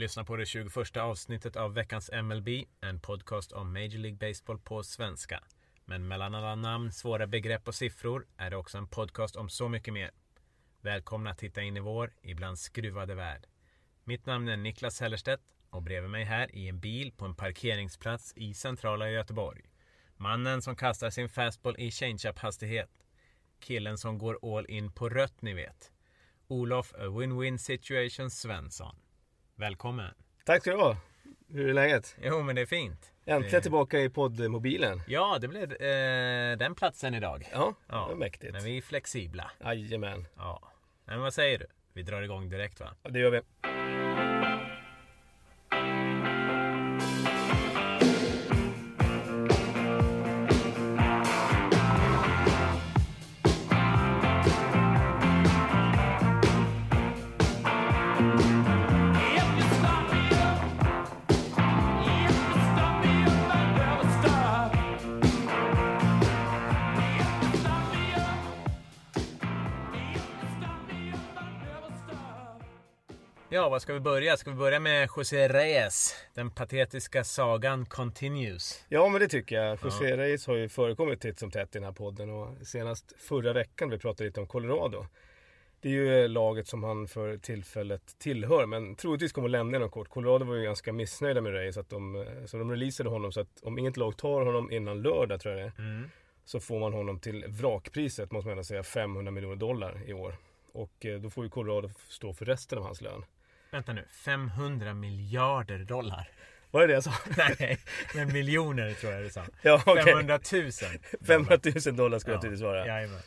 lyssnar på det 21:a avsnittet av veckans MLB, en podcast om Major League Baseball på svenska. Men mellan alla namn, svåra begrepp och siffror är det också en podcast om så mycket mer. Välkomna att titta in i vår, ibland skruvade värld. Mitt namn är Niklas Hellerstedt och bredvid mig här i en bil på en parkeringsplats i centrala Göteborg. Mannen som kastar sin fastball i change-up-hastighet. Killen som går all in på rött, ni vet. Olof A Win-Win Situation Svensson. Välkommen. Tack ska du ha. Hur är läget? Jo, men det är fint. Äntligen tillbaka i poddmobilen. Ja, det blev den platsen idag. Ja, det var mäktigt. Men vi är flexibla. Jajamän. Ja. Men vad säger du? Vi drar igång direkt, va? Ja, det gör vi. Ja, vad ska vi börja? Ska vi börja med José Reyes? Den patetiska sagan continues. Ja, men det tycker jag. José Reyes har ju förekommit titt som tätt i den här podden. Och senast förra veckan vi pratade lite om Colorado. Det är ju laget som han för tillfället tillhör. Men troligtvis kommer att lämna inom kort. Colorado var ju ganska missnöjda med Reyes. Så de releasade honom. Så att om inget lag tar honom innan lördag, tror jag det så får man honom till vrakpriset, måste man säga, $500 miljoner i år. Och då får ju Colorado stå för resten av hans lön. Vänta nu, $500 miljarder. Vad är det jag sa? Nej, men miljoner tror jag du sa. Ja, okay. 500 000. $500,000 skulle jag tydligt svara. Jajamän.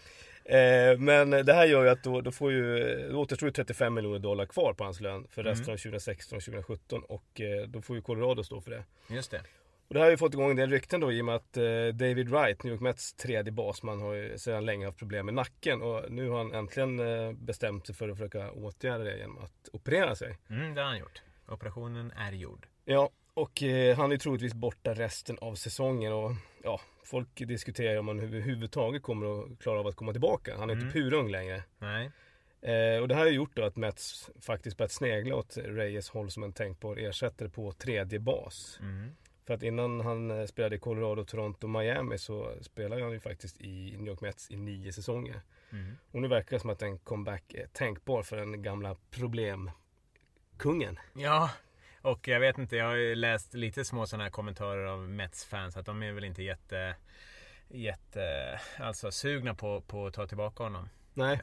Men det här gör ju att då återstår ju $35 miljoner kvar på hans lön för resten av 2016 och 2017. Och då får ju Colorado stå för det. Just det. Och det här har ju fått igång den rykten då i och med att David Wright, New York Mets tredje basman, har ju sedan länge haft problem med nacken. Och nu har han äntligen bestämt sig för att försöka åtgärda det genom att operera sig. Det har han gjort. Operationen är gjord. Ja, och han är troligtvis borta resten av säsongen. Och ja, folk diskuterar om han överhuvudtaget kommer att klara av att komma tillbaka. Han är inte purung längre. Nej. Och det här har gjort då att Mets faktiskt börjat snegla åt Reyes håll som en tänkbar ersättare på tredje bas. För att innan han spelade i Colorado, Toronto och Miami så spelade han ju faktiskt i New York Mets i 9 säsonger. Och nu verkar det som att en comeback är tänkbar för den gamla problemkungen. Ja, och jag vet inte, jag har ju läst lite små sådana här kommentarer av Mets-fans att de är väl inte jätte alltså sugna på att ta tillbaka honom. Nej.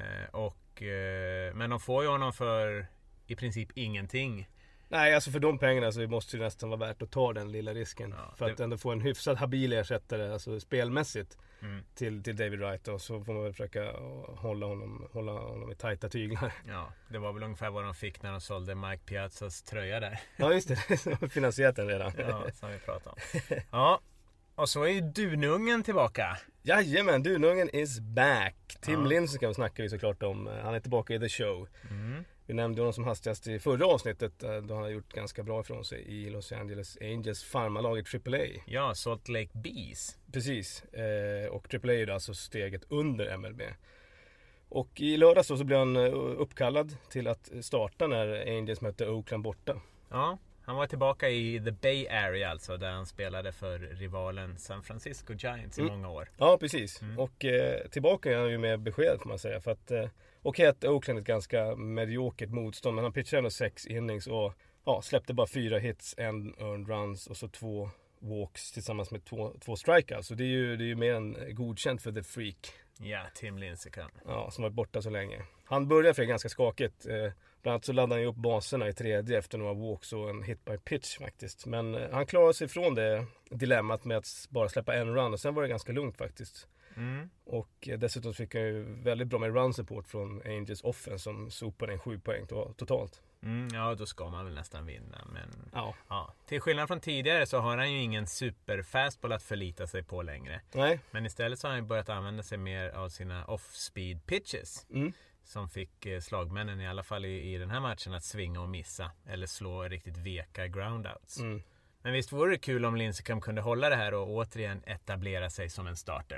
Men de får ju honom för i princip ingenting. Nej, alltså för de pengarna så måste det nästan vara värt att ta den lilla risken. För att ändå få en hyfsat habil ersättare, alltså spelmässigt, till David Wright. Och så får man väl försöka hålla honom i tajta tyglar. Ja, det var väl ungefär vad de fick när de sålde Mike Piazzas tröja där. Ja, just det. De har finansierat den redan. Ja, som vi pratade om. Ja, och så är ju Dunungen tillbaka. Jajamän, Dunungen is back. Tim Lincecum snackar vi såklart om. Han är tillbaka i The Show. Vi nämnde honom som hastigast i förra avsnittet då han har gjort ganska bra ifrån sig i Los Angeles Angels farmarlaget AAA. Ja, Salt Lake Bees. Precis, och AAA är alltså steget under MLB. Och i lördags så blev han uppkallad till att starta när Angels mötte Oakland borta. Ja, han var tillbaka i the Bay Area alltså, där han spelade för rivalen San Francisco Giants i många år. Ja, precis. Och tillbaka är han ju med besked får man säga. För att att Oakland är ett ganska mediokert motstånd, men han pitchade ändå 6 innings och släppte bara 4 hits, 1 earned runs och så 2 walks tillsammans med 2 strikeouts. Så det är ju mer än godkänt för The Freak. Ja, Tim Lincecum. Ja, som varit borta så länge. Han började för ganska skakigt. Bland annat så laddade han ju upp baserna i tredje efter några walks och en hit by pitch faktiskt. Men han klarade sig från det dilemmat med att bara släppa en run och sen var det ganska lugnt faktiskt. Och dessutom fick han ju väldigt bra med run support från Angels offense som sopade en 7 poäng totalt. Ja, då ska man väl nästan vinna. Men ja. Till skillnad från tidigare så har han ju ingen super fastball att förlita sig på längre. Nej. Men istället så har han börjat använda sig mer av sina off-speed pitches. Som fick slagmännen i alla fall i den här matchen att svinga och missa. Eller slå riktigt veka groundouts. Men visst vore det kul om Lincecum kunde hålla det här och återigen etablera sig som en starter.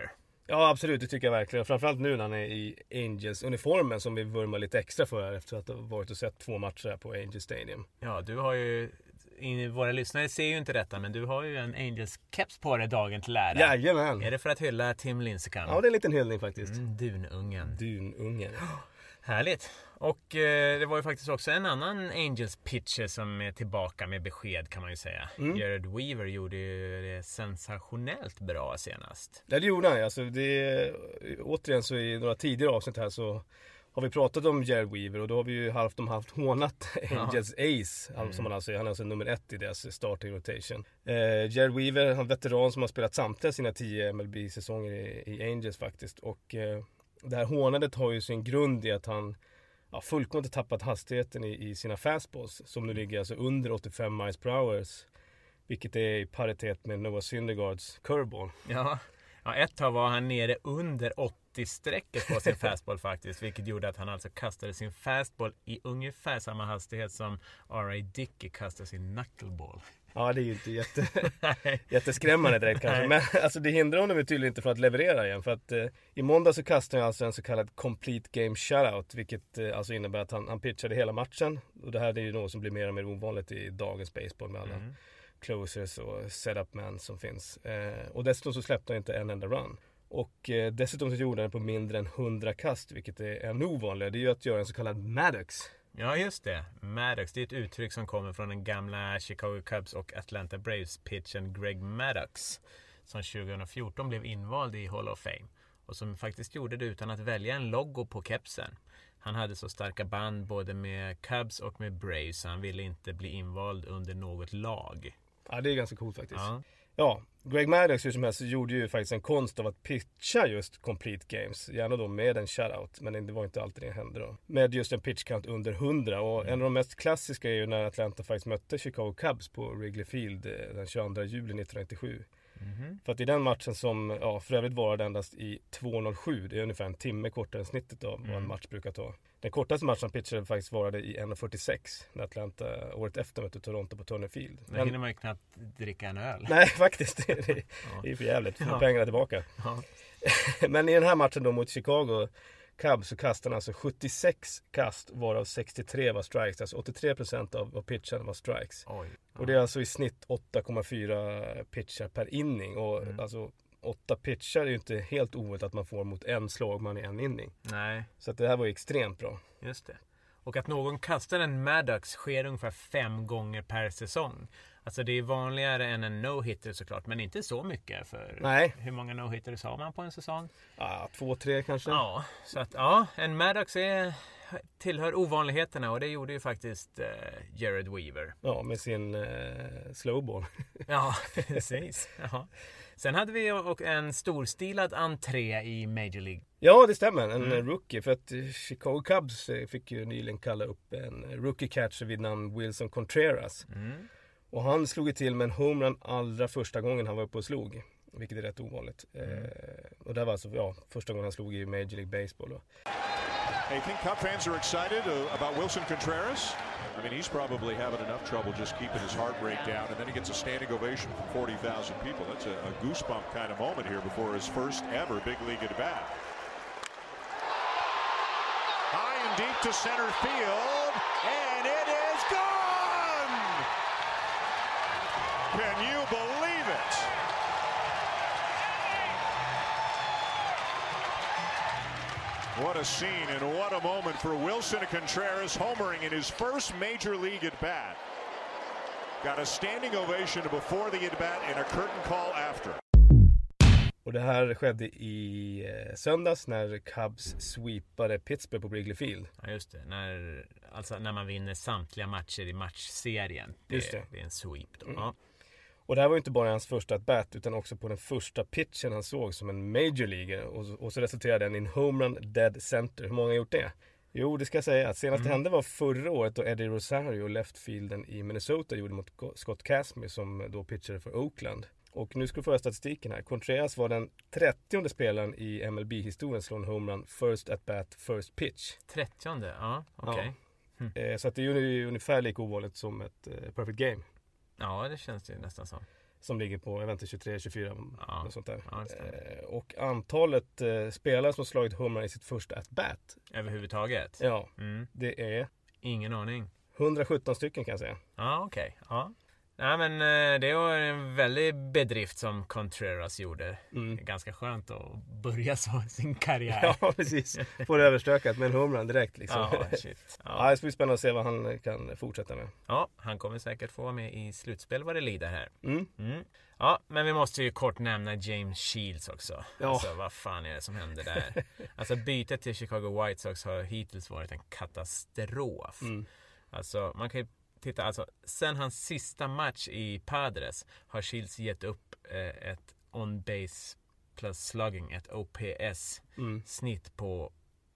Ja, absolut, det tycker jag verkligen. Framförallt nu när han är i Angels-uniformen som vi vurmar lite extra för här efter att ha varit och sett 2 matcher här på Angels Stadium. Ja, du har ju... Våra lyssnare ser ju inte detta, men du har ju en Angels-keps på dig dagen till ära. Jajamän! Är det för att hylla Tim Lincecum? Ja, det är en liten hyllning faktiskt. Dunungen. Härligt. Och det var ju faktiskt också en annan Angels-pitcher som är tillbaka med besked, kan man ju säga. Jared Weaver gjorde ju det sensationellt bra senast. Ja, det gjorde han. Alltså, återigen så i några tidigare avsnitt här så har vi pratat om Jared Weaver och då har vi ju halvt om halvt hånat Angels Ace, som han är alltså nummer 1 i deras starting rotation. Jared Weaver, han är veteran som har spelat samtliga sina 10 MLB-säsonger i Angels faktiskt. Och det här hånandet har ju sin grund i att han fullkomligt tappat hastigheten i sina fastballs som nu ligger alltså under 85 miles per hour, vilket är i paritet med Noah Syndergaards curveball. Ja, ett tag var han nere under 80-strecket på sin fastball faktiskt, vilket gjorde att han alltså kastade sin fastball i ungefär samma hastighet som R.A. Dickey kastade sin knuckleball. Ja, det är ju inte jätteskrämmande direkt kanske. Men alltså, det hindrar honom tydligen inte från att leverera igen. För att i måndag så kastade han alltså en så kallad complete game shutout. Vilket alltså innebär att han pitchade hela matchen. Och det här är ju något som blir mer och mer ovanligt i dagens baseball med alla closers och setup man som finns. Och dessutom så släppte han inte en enda run. Och dessutom så gjorde han på mindre än 100 kast, vilket är ännu ovanligare. Det är ju att göra en så kallad Maddox. Ja, just det. Maddox, det är ett uttryck som kommer från den gamla Chicago Cubs och Atlanta Braves pitchen Greg Maddux, som 2014 blev invald i Hall of Fame och som faktiskt gjorde det utan att välja en logo på kepsen. Han hade så starka band både med Cubs och med Braves så han ville inte bli invald under något lag. Ja, det är ganska coolt faktiskt. Ja, Greg Maddux hur som helst gjorde ju faktiskt en konst av att pitcha just complete games. Gärna då med en shutout, men det var inte alltid det hände då. Med just en pitch count under 100. Och en av de mest klassiska är ju när Atlanta faktiskt mötte Chicago Cubs på Wrigley Field den 22 juli 1997. För att i den matchen som för övrigt varade endast i 2:07, det är ungefär en timme kortare än snittet av vad en match brukar ta. Den kortaste matchen pitchade faktiskt varade i 1:46 när Atlanta året efter mötte Toronto på Turner Field. Då hinner man ju knappt dricka en öl. Nej, faktiskt. Det är för jävligt. Få pengarna tillbaka. Ja. Men i den här matchen då mot Chicago Cubs så kastade han alltså 76 kast varav 63 var strikes. Alltså 83% av pitchen var strikes. Oj. Och det är alltså i snitt 8,4 pitchar per inning. Och alltså 8 pitchar är ju inte helt ovanligt att man får mot en slagman i en inning. Nej. Så att det här var ju extremt bra. Just det. Och att någon kastar en Maddox sker ungefär 5 gånger per säsong. Alltså det är vanligare än en no-hitter såklart, men inte så mycket. För Nej. Hur många no-hitters har man på en säsong? 2-3 kanske. Ja, så att en Maddox tillhör ovanligheterna och det gjorde ju faktiskt Jared Weaver. Ja, med sin slowball. Ja, precis. Ja. Sen hade vi en storstilad entré i Major League. Ja, det stämmer. En rookie. För att Chicago Cubs fick ju nyligen kalla upp en rookie catcher vid namn Wilson Contreras. Och han slog ju till med en homerun allra första gången han var uppe och slog. Vilket är rätt ovanligt. Och det var alltså första gången han slog i Major League Baseball då. I think Cub fans are excited about Wilson Contreras. I mean, he's probably having enough trouble just keeping his heart rate down, and then he gets a standing ovation from 40,000 people. That's a goosebump kind of moment here before his first ever big league at bat. High and deep to center field, and it is gone! Can you believe it? What a scene and what a moment for Wilson Contreras homering in his first major league at bat. Got a standing ovation before the at bat and a curtain call after. Och det här skedde i söndags när Cubs sweepade Pittsburgh på Wrigley Field. Ja, just det. När man vinner samtliga matcher i matchserien. Det är en sweep då. Ja. Och det här var ju inte bara hans första at-bat utan också på den första pitchen han såg som en major league. Och så resulterade den i en homerun dead center. Hur många har gjort det? Jo, det ska jag säga att senast det hände var förra året då Eddie Rosario leftfielden i Minnesota gjorde mot Scott Kazmir som då pitchade för Oakland. Och nu ska du få statistiken här. Contreras var den 30:e spelaren i MLB-historien slå en homerun first at-bat, first pitch. 30:e? Ja, okej. Så att det är ju ungefär lika ovanligt som ett perfect game. Ja, det känns ju nästan så. som ligger på, jag vet inte, 23-24 och sånt där. Ja, och antalet spelare som har slagit homerun i sitt första at-bat. Överhuvudtaget? Ja, det är... Ingen aning. 117 stycken kan jag säga. Ja, okej. Ja. Nej, men det var en väldigt bedrift som Contreras gjorde. Ganska skönt att börja så sin karriär. Ja, precis. Får det överstökat med en homerun direkt liksom. Ja, shit. Ja, det ska bli spännande att se vad han kan fortsätta med. Ja, han kommer säkert få vara med i slutspel vad det lider här. Mm. Ja, men vi måste ju kort nämna James Shields också. Ja. Alltså, vad fan är det som händer där? Alltså, bytet till Chicago White Sox har hittills varit en katastrof. Alltså, man kan ju titta, alltså, sen hans sista match i Padres har Shields gett upp ett on-base plus slugging, ett OPS snitt på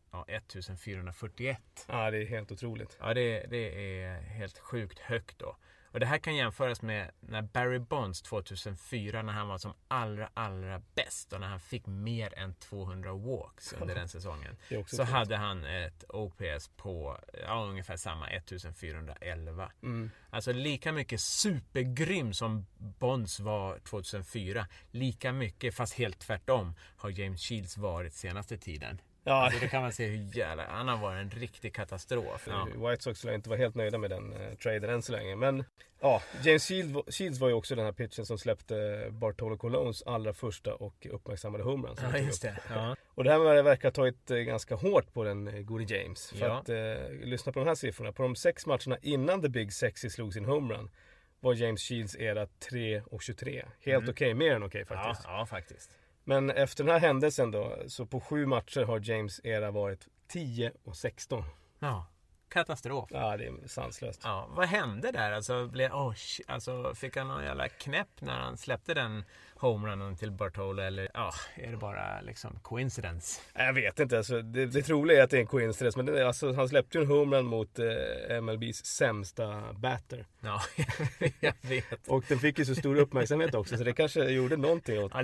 1441. Ja, det är helt otroligt. Ja, det är helt sjukt högt då. Och det här kan jämföras med när Barry Bonds 2004, när han var som allra bäst och när han fick mer än 200 walks under den säsongen. Så hade han ett OPS på ungefär samma 1411. Alltså lika mycket supergrym som Bonds var 2004. Lika mycket, fast helt tvärtom, har James Shields varit senaste tiden. Ja. Alltså då kan man se hur jävla... Han har varit en riktig katastrof. Ja. White Sox skulle inte vara helt nöjda med den traden än så länge. Men ja, James Shields var ju också den här pitchen som släppte Bartolo Colons allra första och uppmärksammade homerun. Ja, just det. Ja. Och det här verkar ha tagit ganska hårt på den gode James. För att lyssna på de här siffrorna. På de 6 matcherna innan The Big Sexy slog sin homerun var James Shields era 3-23. Helt okej, mer än okej faktiskt. Ja, faktiskt. Men efter den här händelsen då, så på 7 matcher har James era varit 10-16. Ja, katastrof. Ja, det är sanslöst. Ja, vad hände där? Alltså, fick han någon jävla knäpp när han släppte den homerunnen till Bartolo? Eller är det bara liksom coincidence? Jag vet inte. Alltså, det troliga är att det är en coincidence. Men han släppte ju en homerun mot MLBs sämsta batter. Ja, jag vet. Och den fick ju så stor uppmärksamhet också. Så det kanske gjorde någonting åt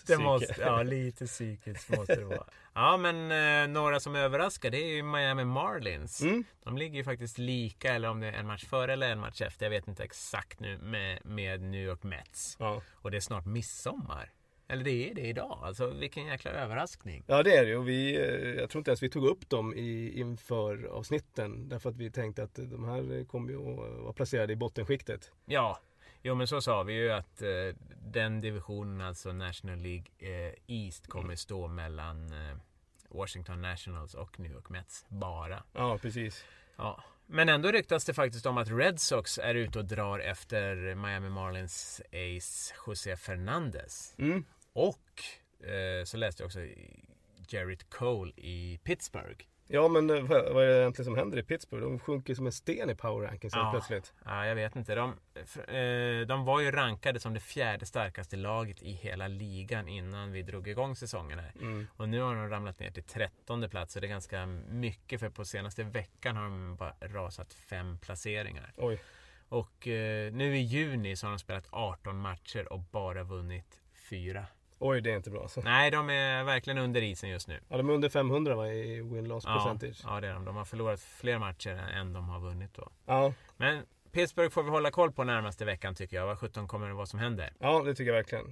lite psykiskt måste det vara. Ja, men några som överraskar, det är ju Miami Marlins. De ligger ju faktiskt lika, eller om det är en match före eller en match efter, jag vet inte exakt nu, med New York Mets. Ja. Och det är snart midsommar. Eller det är det idag. Alltså vilken jäkla överraskning. Ja, det är det. Och jag tror inte ens vi tog upp dem inför avsnitten. Därför att vi tänkte att de här kommer ju att vara placerade i bottenskiktet. Ja. Jo, men så sa vi ju att den divisionen, alltså National League East, kommer stå mellan Washington Nationals och New York Mets bara. Ja, precis. Ja. Men ändå ryktas det faktiskt om att Red Sox är ute och drar efter Miami Marlins ace José Fernandez. Och så läste jag också Gerrit Cole i Pittsburgh. Ja, men vad är det egentligen som händer i Pittsburgh? De sjunker som en sten i power rankings plötsligt. Ja, jag vet inte. De var ju rankade som det 4:e starkaste laget i hela ligan innan vi drog igång säsongen här. Och nu har de ramlat ner till 13:e plats. Så det är ganska mycket, för på senaste veckan har de bara rasat 5 placeringar. Oj. Och nu i juni så har de spelat 18 matcher och bara vunnit 4. Oj, det är inte bra alltså. Nej, de är verkligen under isen just nu. Ja, de är under 500 i win-loss percentage. Ja, det är de. De har förlorat fler matcher än de har vunnit då. Ja. Men Pittsburgh får vi hålla koll på närmaste veckan tycker jag. Vad 17 kommer det vara som händer? Ja, det tycker jag verkligen.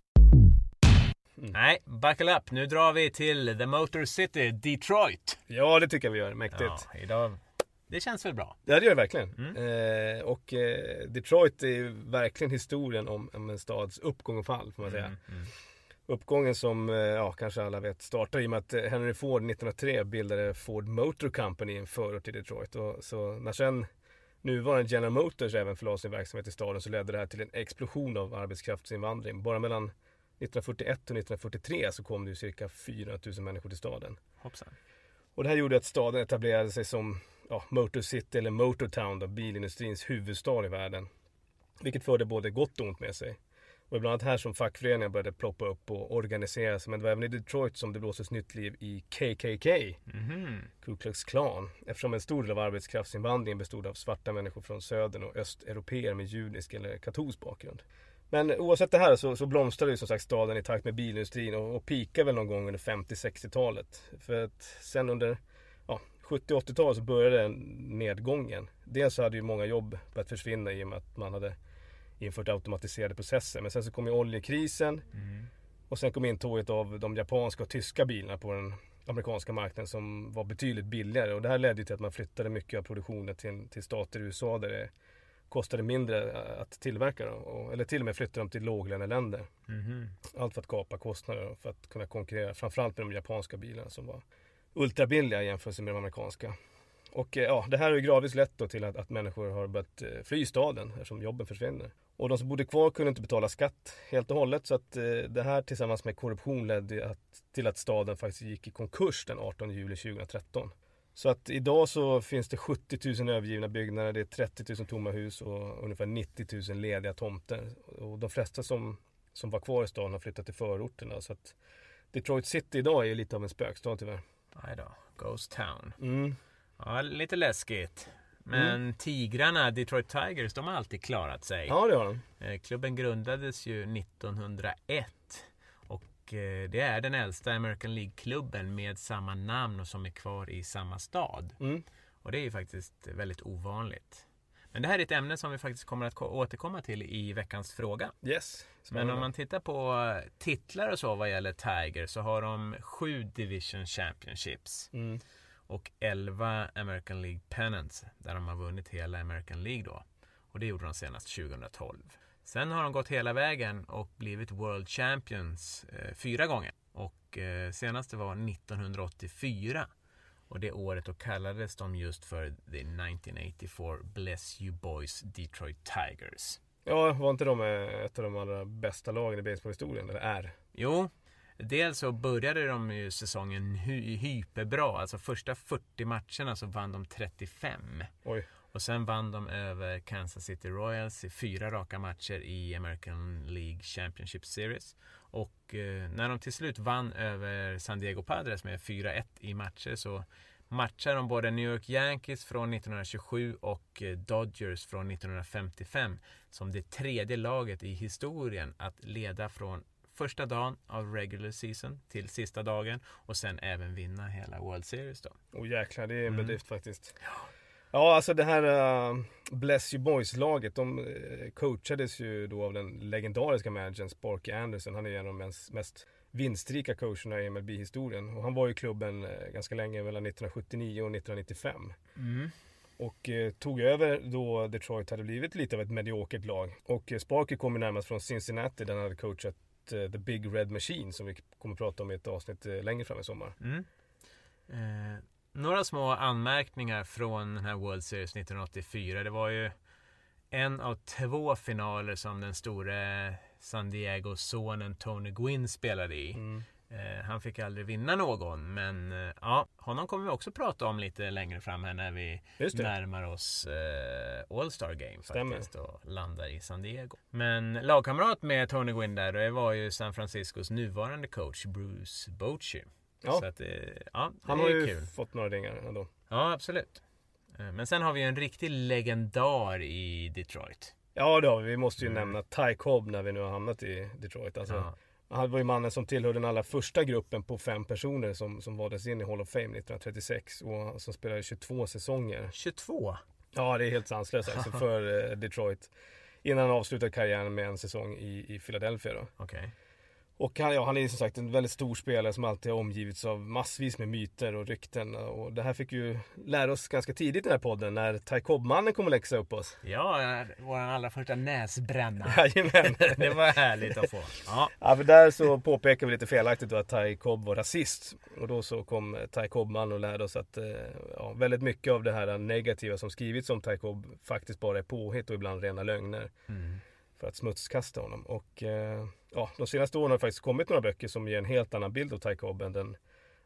Nej, buckle up. Nu drar vi till The Motor City, Detroit. Ja, det tycker jag vi gör. Mäktigt. Ja, idag... Det känns väl bra? Ja, det gör det verkligen. Och Detroit är ju verkligen historien om en stads uppgång och fall, får man säga. Uppgången som, kanske alla vet, startade i och med att Henry Ford 1903 bildade Ford Motor Company i en förort till Detroit. Och så när sen nuvarande General Motors även förlade sin verksamhet i staden, så ledde det här till en explosion av arbetskraftsinvandring. Bara mellan 1941 och 1943 så kom det ju cirka 400 000 människor till staden. Hoppsan. Och det här gjorde att staden etablerade sig som Motor City eller Motor Town, då, bilindustrins huvudstad i världen. Vilket förde både gott och ont med sig. Och bland annat här som fackföreningar började ploppa upp och organisera sig. Men det var även i Detroit som det blåstes nytt liv i KKK, Ku Klux Klan. Eftersom en stor del av arbetskraftsinvandringen bestod av svarta människor från södern och östeuropeer med judisk eller katolsk bakgrund. Men oavsett det här så blomstrade ju som sagt staden i takt med bilindustrin och peakade väl någon gång under 50-60-talet. För att sen under 70-80-talet så började nedgången. Dels så hade ju många jobb börjat försvinna i och med att man hade infört automatiserade processer. Men sen så kom ju oljekrisen och sen kom intåget av de japanska och tyska bilarna på den amerikanska marknaden som var betydligt billigare. Och det här ledde till att man flyttade mycket av produktionen till stater i USA där det kostade mindre att tillverka dem. Eller till och med flyttade dem till låglöneländer. Allt för att kapa kostnader och för att kunna konkurrera framförallt med de japanska bilarna som var ultrabilliga i jämförelse med de amerikanska. Och det här har ju gradvis lett då till att människor har börjat fly staden eftersom jobben försvinner. Och de som bodde kvar kunde inte betala skatt helt och hållet, så att det här tillsammans med korruption ledde till att staden faktiskt gick i konkurs den 18 juli 2013. Så att idag så finns det 70 000 övergivna byggnader, det är 30 000 tomma hus och ungefär 90 000 lediga tomter. Och de flesta som var kvar i staden har flyttat till förorterna, så att Detroit City idag är ju lite av en spökstad tyvärr. Nej då, Ghost Town. Ja, lite läskigt. Men tigrarna, Detroit Tigers, de har alltid klarat sig. Ja, det har de. Klubben grundades ju 1901 och det är den äldsta American League-klubben med samma namn och som är kvar i samma stad. Och det är ju faktiskt väldigt ovanligt. Men det här är ett ämne som vi faktiskt kommer att återkomma till i veckans fråga. Yes. Men om man tittar på titlar och så vad gäller Tigers så har de 7 Division Championships. Och 11 American League Pennants där de har vunnit hela American League då. Och det gjorde de senast 2012. Sen har de gått hela vägen och blivit World Champions 4 gånger. Och senast det var 1984. Och det året då kallades de just för the 1984 Bless You Boys Detroit Tigers. Ja, var inte de ett av de allra bästa lagen i baseballhistorien, eller är? Jo, dels så började de ju säsongen hyperbra. Alltså första 40 matcherna så vann de 35. Oj. Och sen vann de över Kansas City Royals i 4 raka matcher i American League Championship Series. Och när de till slut vann över San Diego Padres med 4-1 i matcher så matchade de både New York Yankees från 1927 och Dodgers från 1955 som det 3:e laget i historien att leda från första dagen av regular season till sista dagen och sen även vinna hela World Series då. Jäklar, det är en bedrift faktiskt. Ja, alltså det här Bless You Boys-laget, de coachades ju då av den legendariska managern Sparky Anderson. Han är en av de mest vinstrika coacherna i MLB-historien. Och han var i klubben ganska länge, mellan 1979 och 1995. Och tog över då Detroit hade blivit lite av ett mediokert lag. Och Sparky kom närmast från Cincinnati där han hade coachat The Big Red Machine som vi kommer att prata om i ett avsnitt längre fram i sommar. Några små anmärkningar från den här World Series 1984. Det var ju en av 2 finaler som den store San Diego-sonen Tony Gwynn spelade i. Han fick aldrig vinna någon, men honom kommer vi också prata om lite längre fram här när vi närmar oss All-Star Game faktiskt och landar i San Diego. Men lagkamrat med Tony Gwynn där, det var ju San Franciscos nuvarande coach Bruce Bochy. Ja. Så att, han har ju fått några ringar ändå. Ja, absolut. Men sen har vi en riktig legendar i Detroit. Ja, det har vi. Vi måste ju nämna Ty Cobb när vi nu har hamnat i Detroit. Alltså, han var ju mannen som tillhörde den allra första gruppen på 5 personer som valdes in i Hall of Fame 1936 och som spelade 22 säsonger. 22? Ja, det är helt sanslöst alltså, för Detroit. Innan han avslutade karriären med en säsong i Philadelphia då. Okej. Och han är som sagt en väldigt stor spelare som alltid har omgivits av massvis med myter och rykten. Och det här fick ju lära oss ganska tidigt i den här podden när Ty Cobb-mannen kommer läxa upp oss. Ja, vår allra första näsbränna. Jajamän. Det var härligt att få. Ja, för där så påpekar vi lite felaktigt då att Ty Cobb var rasist. Och då så kom Ty Cobb-mannen och lärde oss att väldigt mycket av det här negativa som skrivits om Ty Cobb faktiskt bara är påhitt och ibland rena lögner. För att smutskasta honom. Och de senaste åren har det faktiskt kommit några böcker som ger en helt annan bild av Ty Cobb än den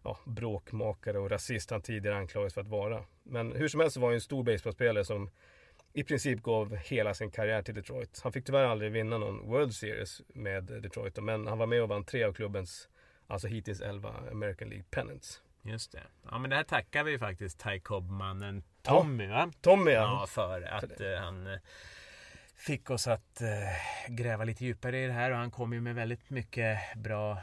bråkmakare och rasist han tidigare anklagades för att vara. Men hur som helst var han en stor baseballspelare som i princip gav hela sin karriär till Detroit. Han fick tyvärr aldrig vinna någon World Series med Detroit, men han var med och vann 3 av klubbens, alltså hittills 11 American League Pennants. Just det. Ja, men det här tackar vi faktiskt Ty Cobb-mannen Tommy, va? Tommy, ja. För att han fick oss att gräva lite djupare i det här och han kom ju med väldigt mycket bra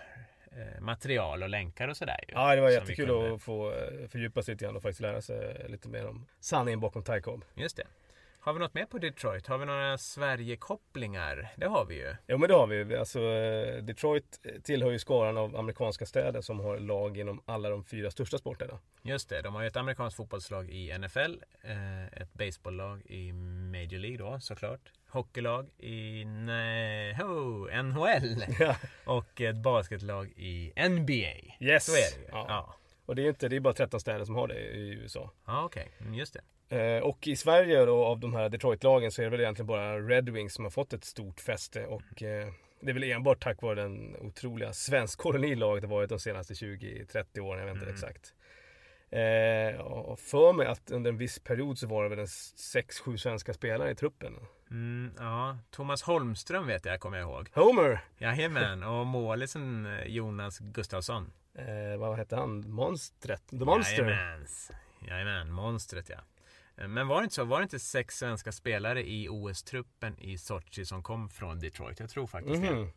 material och länkar och sådär. Ja, det var jättekul att få fördjupa sig lite grann och faktiskt lära sig lite mer om sanningen bakom Ty Cobb. Just det. Har vi något mer på Detroit? Har vi några Sverige-kopplingar? Det har vi ju. Jo, men det har vi. Alltså, Detroit tillhör ju skaran av amerikanska städer som har lag inom alla de 4 största sporterna. Just det, de har ju ett amerikanskt fotbollslag i NFL, ett baseballlag i Major League då såklart, hockeylag i NHL och ett basketlag i NBA. Yes. Så är det ju. Ja. Och det är bara 13 städer som har det i USA. Ja, okej. Just det. Och i Sverige då, av de här Detroit-lagen, så är det väl egentligen bara Red Wings som har fått ett stort fäste. Och det är väl enbart tack vare den otroliga svensk kolonilaget det varit de senaste 20-30 åren, jag vet inte exakt. Och för mig att under en viss period så var det väl 6-7 svenska spelare i truppen. Ja, Thomas Holmström vet jag, kommer jag ihåg. Homer! Jajamän, och målisen Jonas Gustafsson. Vad hette han? Monstret? The Monster? Jajamän, monstret, ja. Men var det inte så? Var det inte 6 svenska spelare i OS-truppen i Sochi som kom från Detroit? Jag tror faktiskt det.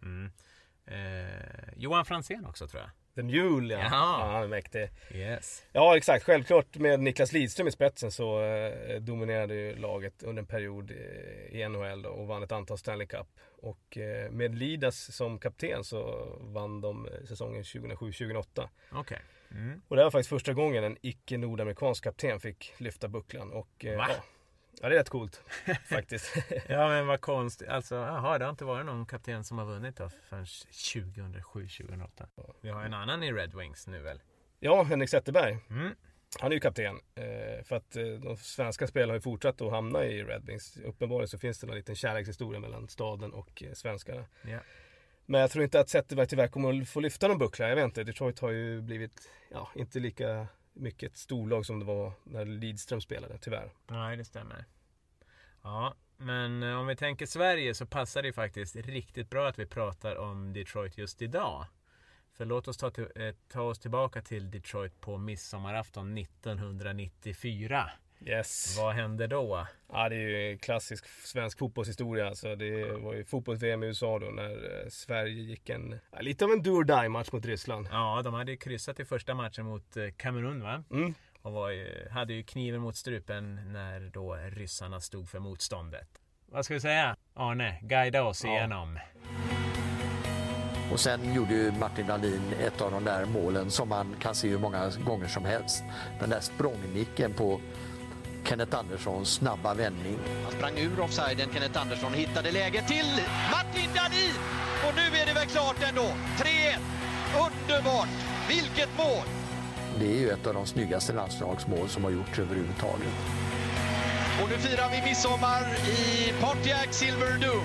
Johan Franzén också, tror jag. The Mule, ja. Jaha. Han är mäktig. Yes. Ja, exakt. Självklart med Niklas Lidström i spetsen så dominerade ju laget under en period i NHL och vann ett antal Stanley Cup. Och med Lidas som kapten så vann de säsongen 2007-2008. Okej. Och det var faktiskt första gången en icke-nordamerikansk kapten fick lyfta bucklan. Och, Va? Ja, det är rätt coolt faktiskt. Ja, men vad konstigt. Alltså, det har inte varit någon kapten som har vunnit då förrän 2007-2008. Vi har en annan i Red Wings nu väl? Ja, Henrik Zetterberg. Han är ju kapten. För att de svenska spelarna har ju fortsatt att hamna i Red Wings. Uppenbarligen så finns det en liten kärlekshistoria mellan staden och svenskarna. Ja. Men jag tror inte att Zetterberg tyvärr kommer att få lyfta någon buckla. Jag vet inte, Detroit har ju blivit inte lika mycket ett storlag som det var när Lidström spelade, tyvärr. Nej, det stämmer. Ja, men om vi tänker Sverige så passar det faktiskt riktigt bra att vi pratar om Detroit just idag. För låt oss ta oss tillbaka till Detroit på midsommarafton 1994. Yes. Vad hände då? Ja, det är ju klassisk svensk fotbollshistoria. Alltså, det var ju fotbolls-VM i USA då när Sverige gick lite av en do-or-die-match mot Ryssland. Ja, de hade ju kryssat i första matchen mot Kamerun, va? Och hade ju kniven mot strupen när då ryssarna stod för motståndet. Vad ska vi säga? Arne, guida oss igenom. Och sen gjorde ju Martin Dahlin ett av de där målen som man kan se hur många gånger som helst. Den där språngnicken på Kenneth Anderssons snabba vändning. Han sprang ur offsiden, Kenneth Andersson hittade läget till Martin Dahlin! Och nu är det väl klart ändå. 3-1. Underbart! Vilket mål! Det är ju ett av de snyggaste landslagsmål som har gjorts överhuvudtaget. Och nu firar vi midsommar i Pontiac Silverdome.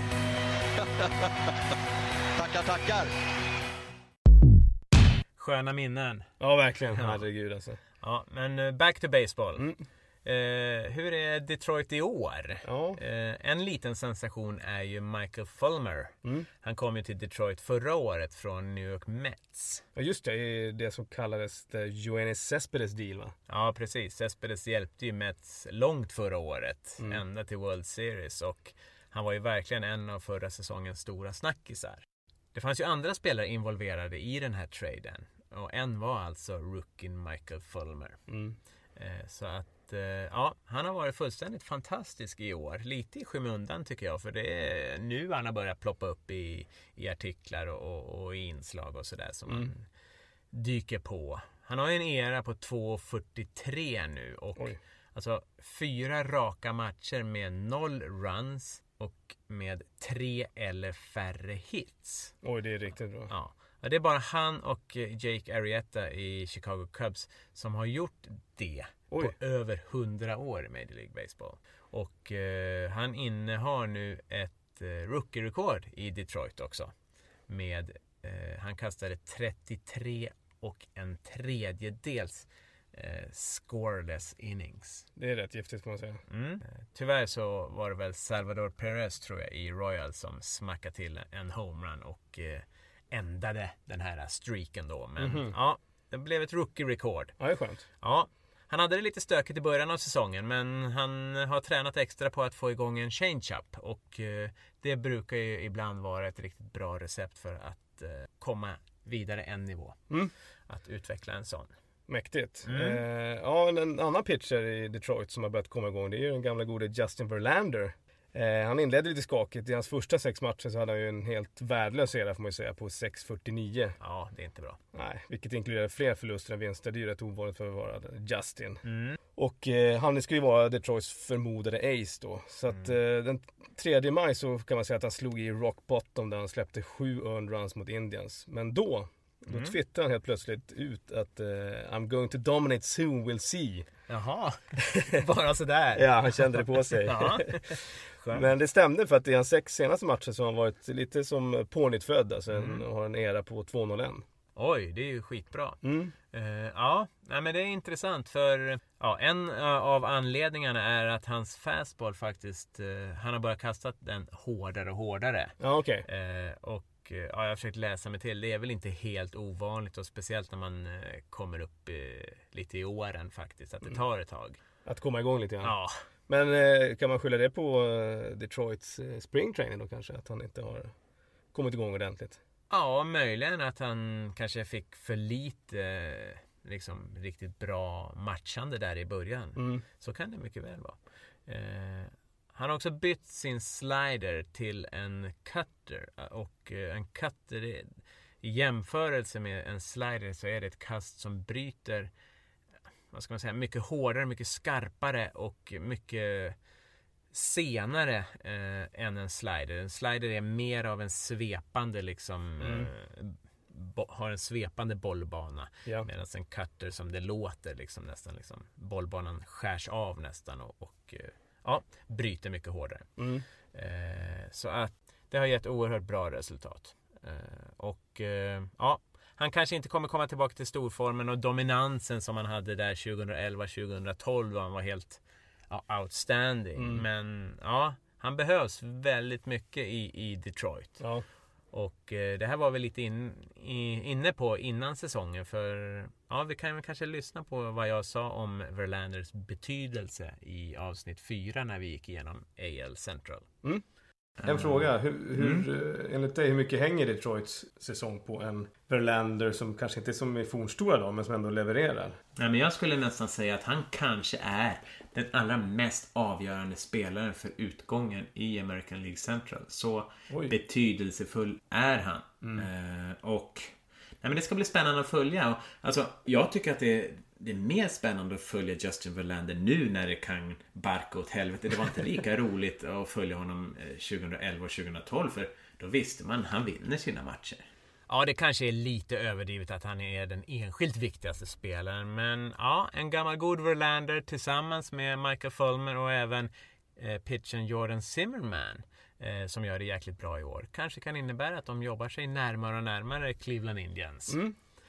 Tackar. Sköna minnen. Ja, verkligen. Herregud alltså. Ja, men back to baseball. Hur är Detroit i år? Ja. En liten sensation är ju Michael Fulmer. Han kom ju till Detroit förra året från New York Mets. Ja, just det som kallades Yoenis Cespedes deal, va? Ja, precis. Cespedes hjälpte ju Mets långt förra året, ända till World Series, och han var ju verkligen en av förra säsongens stora snackisar. Det fanns ju andra spelare involverade i den här traden, och en var alltså rookien Michael Fulmer. Så att han har varit fullständigt fantastisk i år. Lite i skymundan tycker jag, för det är nu han har börjat ploppa upp i artiklar och i inslag och sådär som man dyker på. Han har ju en era på 2,43 nu och alltså 4 raka matcher med 0 runs och med 3 eller färre hits. Oj, det är riktigt bra. Ja. Det är bara han och Jake Arrieta i Chicago Cubs som har gjort det på över 100 år i Major League Baseball. Och han innehar nu ett rookie-rekord i Detroit också. Med, han kastade 33 och en tredjedels scoreless innings. Det är rätt giftigt, får man säga. Tyvärr så var det väl Salvador Perez, tror jag, i Royals som smackade till en homerun och ändade den här streaken då. Men ja, det blev ett rookie-rekord. Ja, det är skönt. Ja, han hade det lite stökigt i början av säsongen, men han har tränat extra på att få igång en change-up, och det brukar ju ibland vara ett riktigt bra recept för att komma vidare en nivå. Att utveckla en sån. Mäktigt. En annan pitcher i Detroit som har börjat komma igång, det är ju den gamla gode Justin Verlander. Han inledde lite skakigt. I hans första 6 matcher så hade han ju en helt värdelös era får man ju säga på 6,49. Ja, det är inte bra. Nej, vilket inkluderar fler förluster än vinster. Det är ju rätt ovanligt för att vara Justin. Och han ska ju vara Detroits förmodade ace då. Så att den 3 maj så kan man säga att han slog i rock bottom där han släppte 7 earned runs mot Indians. Men då twittrade han helt plötsligt ut att I'm going to dominate soon, we'll see. Jaha, bara sådär. Ja, han kände det på sig. Men det stämde för att i hans 6 senaste matcher så har han varit lite som pånyttfödd. Alltså har en era på 2-0-1. Oj, det är ju skitbra. Men det är intressant för en av anledningarna är att hans fastball faktiskt, han har börjat kasta den hårdare och hårdare. Ja, okej. Jag har försökt läsa mig till. Det är väl inte helt ovanligt och speciellt när man kommer upp lite i åren faktiskt. Att det tar ett tag. Att komma igång lite grann. Ja. Men kan man skylla det på Detroits spring training då kanske? Att han inte har kommit igång ordentligt? Ja, möjligen att han kanske fick för lite riktigt bra matchande där i början. Så kan det mycket väl vara. Han har också bytt sin slider till en cutter. Och en cutter, i jämförelse med en slider så är det ett kast som bryter, vad ska man säga, mycket hårdare, mycket skarpare och mycket senare än en slider. En slider är mer av en svepande har en svepande bollbana. Ja. Medan en cutter som det låter nästan bollbanan skärs av nästan och bryter mycket hårdare. Så att det har gett oerhört bra resultat. Han kanske inte kommer komma tillbaka till storformen och dominansen som han hade där 2011-2012 då han var helt outstanding. Men han behövs väldigt mycket i Detroit. Ja. Och det här var vi lite inne på innan säsongen. För vi kan väl kanske lyssna på vad jag sa om Verlanders betydelse i avsnitt 4 när vi gick igenom AL Central. En fråga, enligt dig, hur mycket hänger Detroits säsong på en Verlander som kanske inte är som i fornstora då, men som ändå levererar? Nej, men jag skulle nästan säga att han kanske är den allra mest avgörande spelaren för utgången i American League Central. Så betydelsefull är han. Men det ska bli spännande att följa. Alltså, jag tycker att det är mer spännande att följa Justin Verlander nu när det kan barka åt helvete. Det var inte lika roligt att följa honom 2011 och 2012 för då visste man att han vinner sina matcher. Ja, det kanske är lite överdrivet att han är den enskilt viktigaste spelaren. Men en gammal god Verlander tillsammans med Michael Fulmer och även pitchen Jordan Zimmerman som gör det jäkligt bra i år. Kanske kan innebära att de jobbar sig närmare och närmare Cleveland Indians.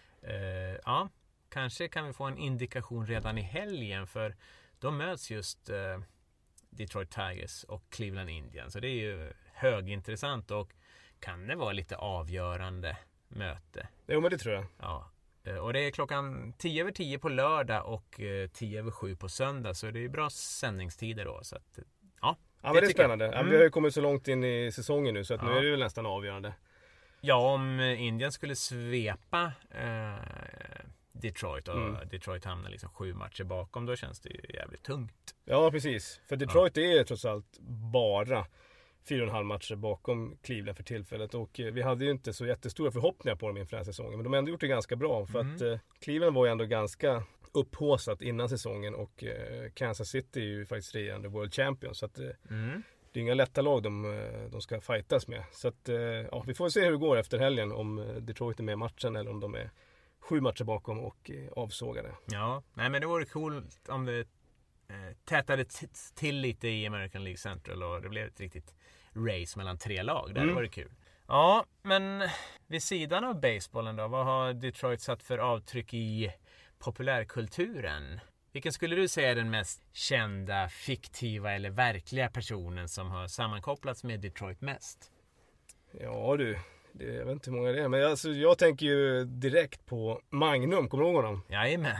Kanske kan vi få en indikation redan i helgen för då möts just Detroit Tigers och Cleveland Indians. Så det är ju högintressant och kan det vara lite avgörande möte. Jo, men det tror jag. Ja. Och det är klockan 10:10 på lördag och 10:07 på söndag. Så det är bra sändningstider då. Så att, men det är spännande. Vi har ju kommit så långt in i säsongen nu så att nu är det väl nästan avgörande. Ja, om Indien skulle svepa Detroit och Detroit hamnar 7 matcher bakom, då känns det ju jävligt tungt. Ja, precis. För Detroit är trots allt bara 4,5 matcher bakom Cleveland för tillfället. Och vi hade ju inte så jättestora förhoppningar på dem inför den här säsongen. Men de har ändå gjort det ganska bra. För att Cleveland var ju ändå ganska upphåsat innan säsongen. Och Kansas City är ju faktiskt regerande World Champions. Så att det är inga lätta lag de ska fightas med. Så att vi får se hur det går efter helgen. Om Detroit är med i matchen eller om de är 7 matcher bakom och avsågade. Ja, nej men det vore coolt om det tätade till lite i American League Central och det blev ett riktigt race mellan 3 lag. Det var det kul. Ja, men vid sidan av basebollen då, vad har Detroit satt för avtryck i populärkulturen? Vilken skulle du säga är den mest kända, fiktiva eller verkliga personen som har sammankopplats med Detroit mest? Ja du, jag vet inte hur många det är, men jag tänker ju direkt på Magnum, kommer du ihåg honom? Jajamän.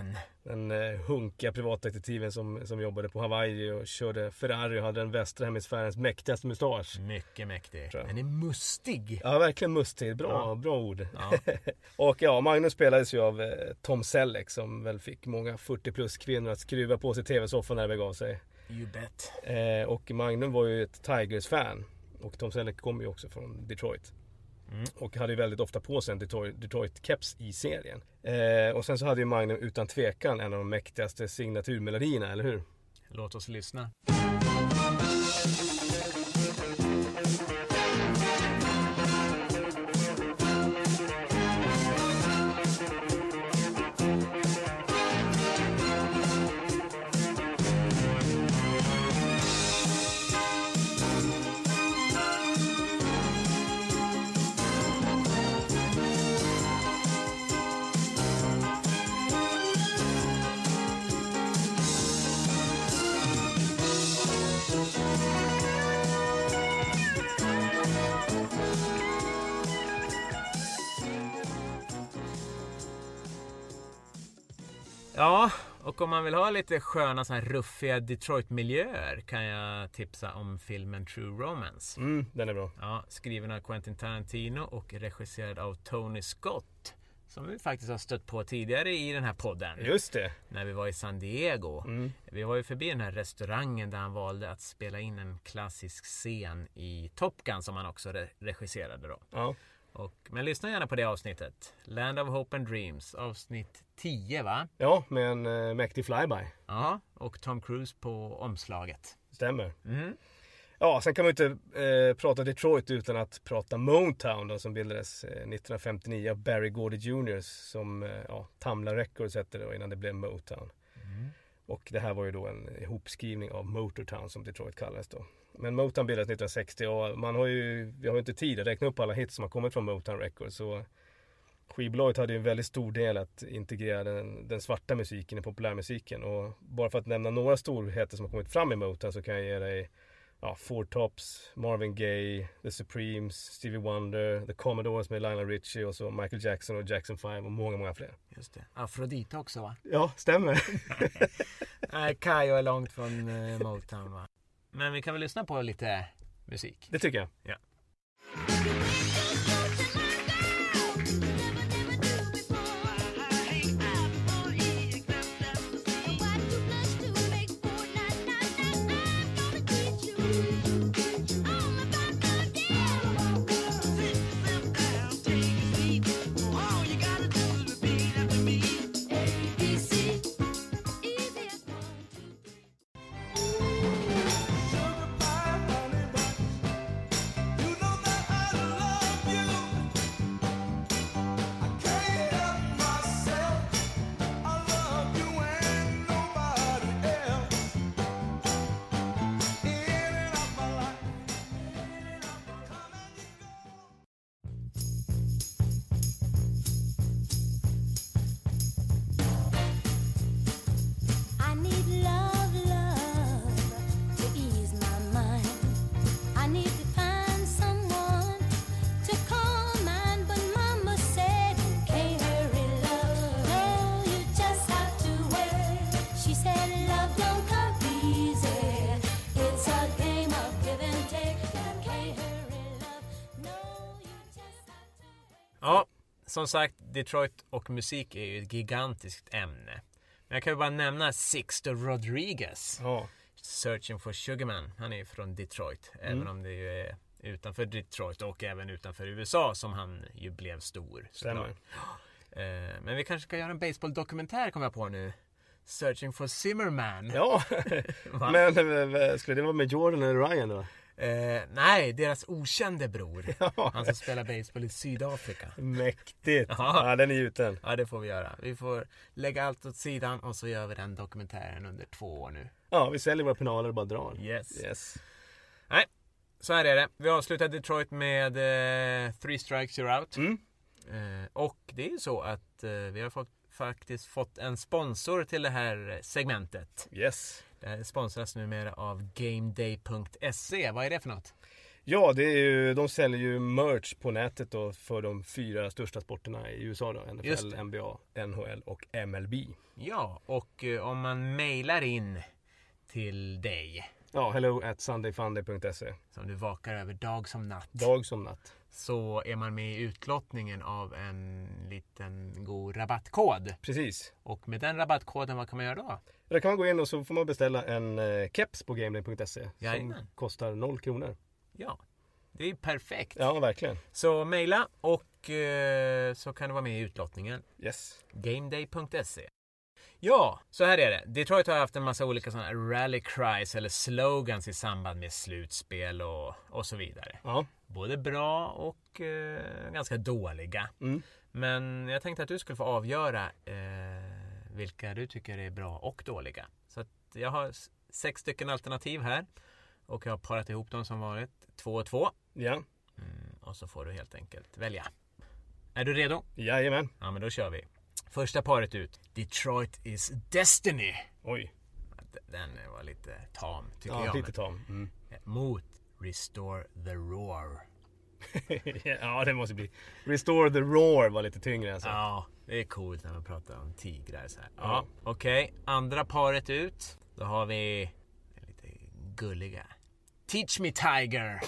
Den hunkiga privatdetektiven som jobbade på Hawaii och körde Ferrari och hade den västra hemisfärens mäktigaste mustasch. Mycket mäktig. Den är mustig. Ja, verkligen mustig. Bra ord. Ja. Och ja, Magnum spelades ju av Tom Selleck som väl fick många 40 plus kvinnor att skruva på sig tv-soffan när det begav sig. You bet. Och Magnum var ju ett Tigers-fan. Och Tom Selleck kom ju också från Detroit. Och hade ju väldigt ofta på sig en Detroit-keps i serien. Och sen så hade ju Magnum utan tvekan en av de mäktigaste signaturmelodierna, eller hur? Låt oss lyssna. Ja, och om man vill ha lite sköna så här ruffiga Detroit-miljöer kan jag tipsa om filmen True Romance. Den är bra. Ja, skriven av Quentin Tarantino och regisserad av Tony Scott. Som vi faktiskt har stött på tidigare i den här podden. Just det. När vi var i San Diego. Vi var ju förbi den här restaurangen där han valde att spela in en klassisk scen i Top Gun som han också regisserade då. Ja. Men lyssna gärna på det avsnittet. Land of Hope and Dreams, avsnitt 10 va? Ja, med en mäktig flyby. Ja, och Tom Cruise på omslaget. Stämmer. Ja, sen kan man inte prata Detroit utan att prata Motown då, som bildades 1959 av Barry Gordy Jr. som Tamla Records hette det då, innan det blev Motown. Och det här var ju då en ihopskrivning av Motortown som Detroit kallades då. Men Motown bildades 1960 och vi har ju inte tid att räkna upp alla hits som har kommit från Motown Records. Så skivbolaget hade ju en väldigt stor del att integrera den svarta musiken i populärmusiken. Och bara för att nämna några storheter som har kommit fram i Motown så kan jag ge dig Four Tops, Marvin Gaye, The Supremes, Stevie Wonder, The Commodores med Lionel Richie och så Michael Jackson och Jackson 5 och många, många fler. Just det. Afrodite också va? Ja, stämmer. Nej, Kajo är långt från Motown va? Men vi kan väl lyssna på lite musik. Det tycker jag. Ja. Ja, som sagt, Detroit och musik är ju ett gigantiskt ämne. Men jag kan ju bara nämna Sixto Rodriguez. Ja. Searching for Sugarman. Han är ju från Detroit. Även om det ju är utanför Detroit och även utanför USA som han ju blev stor. Stämmer. Men vi kanske ska göra en baseball-dokumentär kommer jag på nu. Searching for Zimmerman. Ja, men skulle det vara med Jordan eller Ryan då? Nej, deras okände bror. Ja. Han som spelar baseball i Sydafrika. Mäktigt. Ja. Ja, den är gjuten. Ja, det får vi göra. Vi får lägga allt åt sidan och så gör vi den dokumentären under 2 år nu. Ja, vi säljer våra penaler och bara drar. Yes. Nej, så här är det. Vi avslutar Detroit med 3 strikes you're out. Och det är ju så att vi har faktiskt fått en sponsor till det här segmentet. Yes. Det här sponsras numera av GameDay.se. Vad är det för något? Ja, det är ju, de säljer ju merch på nätet då för de 4 största sporterna i USA då. NFL, NBA, NHL och MLB. Ja, och om man mejlar in till dig. Ja, hello@sundayfunday.se. Som du vakar över dag som natt. Dag som natt. Så är man med i utlottningen av en liten god rabattkod. Precis. Och med den rabattkoden, vad kan man göra då? Då kan man gå in och så får man beställa en keps på gameday.se. Jajamän. Som kostar 0 kronor. Ja, det är perfekt. Ja, verkligen. Så mejla och så kan du vara med i utlottningen. Yes. Gameday.se. Ja, så här är det. Detroit har haft en massa olika sådana rally cries eller slogans i samband med slutspel och så vidare. Ja. Både bra och ganska dåliga. Mm. Men jag tänkte att du skulle få avgöra vilka du tycker är bra och dåliga. Så att jag har 6 stycken alternativ här. Och jag har parat ihop dem som varit 2 och 2. Ja. Och så får du helt enkelt välja. Är du redo? Jajamän. Ja, men då kör vi. Första paret ut. Detroit is Destiny. Oj. Den var lite tam, tycker Ja, jag. lite tam. Mm. Mot Restore the Roar. Ja, det måste bli. Restore the Roar var lite tyngre än så. Ja, det är coolt när man pratar om tigrar så här. Ja, okej. Andra paret ut. Då har vi lite gulliga. Teach me Tiger.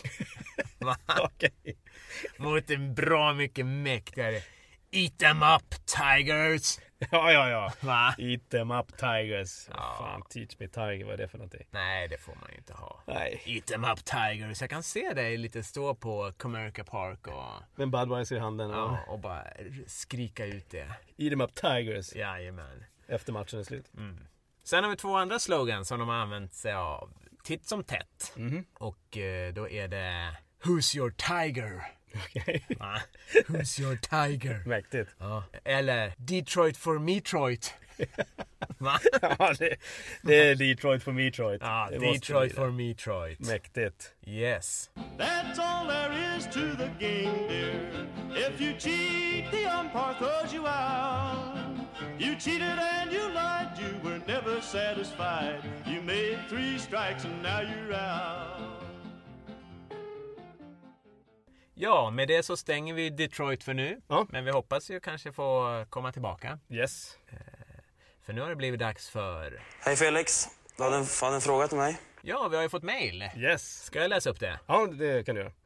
Okej. Mot en bra mycket mäktigare. Eat them up, Tigers. Ja. Va? Eat them up, Tigers. Ja. Fan, teach me Tiger, vad är det för någonting? Nej, det får man ju inte ha. Nej. Eat them up, Tigers. Jag kan se dig lite stå på Comerica Park och, Men Budweiser i handen. ja, och bara skrika ut det. Eat them up, Tigers. Jajamän. Efter matchen är slut. Sen har vi 2 andra slogans som de har använt sig av titt som tätt. Och då är det Who's your tiger? Okej. Va? Who's your tiger? Mäktigt. Ja. Eller Detroit for Metroit. Va? Ja, det är Detroit for Metroit. Ja, Det måste Detroit bli for det. Metroit. Mäktigt. Yes. That's all there is to the game, dear. If you cheat, the umpire throws you out. You cheated and you lied, you were never satisfied. You made 3 strikes and now you're out. Ja, med det så stänger vi Detroit för nu. Ja. Men vi hoppas ju kanske få komma tillbaka. Yes. För nu har det blivit dags för... Hej Felix, du hade en fråga till mig. Ja, vi har ju fått mail. Yes. Ska jag läsa upp det? Ja, det kan du göra.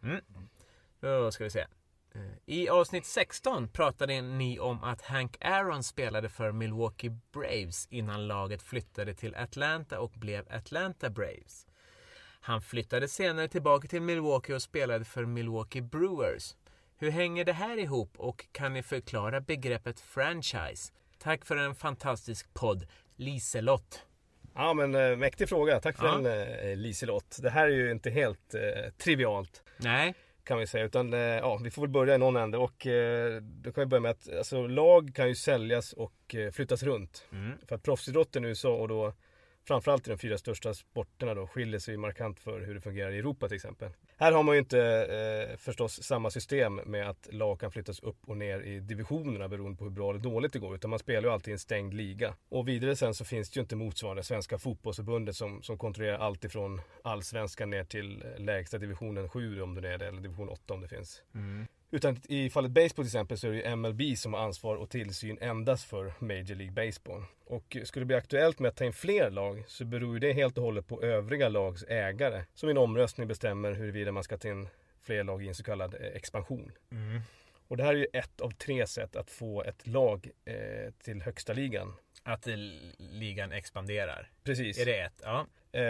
Då ska vi se. I avsnitt 16 pratade ni om att Hank Aaron spelade för Milwaukee Braves innan laget flyttade till Atlanta och blev Atlanta Braves. Han flyttade senare tillbaka till Milwaukee och spelade för Milwaukee Brewers. Hur hänger det här ihop och kan ni förklara begreppet franchise? Tack för en fantastisk podd, Liselott. Ja, men mäktig fråga. Tack för den, Liselott. Det här är ju inte helt trivialt. Nej. Kan vi säga, utan vi får väl börja i någon ände och då kan vi börja med att alltså, lag kan ju säljas och flyttas runt. För att proffsidrotten i USA och då framförallt i de 4 största sporterna då skiljer sig markant för hur det fungerar i Europa till exempel. Här har man ju inte förstås samma system med att lag kan flyttas upp och ner i divisionerna beroende på hur bra eller dåligt det går, utan man spelar ju alltid i en stängd liga. Och vidare sen så finns det ju inte motsvarande svenska fotbollsförbundet som kontrollerar allt ifrån allsvenskan ner till lägsta divisionen 7 om det är det, eller division 8 om det finns. Utan i fallet baseball till exempel så är det ju MLB som har ansvar och tillsyn endast för Major League Baseball. Och skulle det bli aktuellt med att ta in fler lag så beror ju det helt och hållet på övriga lags ägare som i en omröstning bestämmer huruvida man ska ta in fler lag i en så kallad expansion. Och det här är ju ett av 3 sätt att få ett lag till högsta ligan. Att ligan expanderar. Precis. Är det ett? Ja.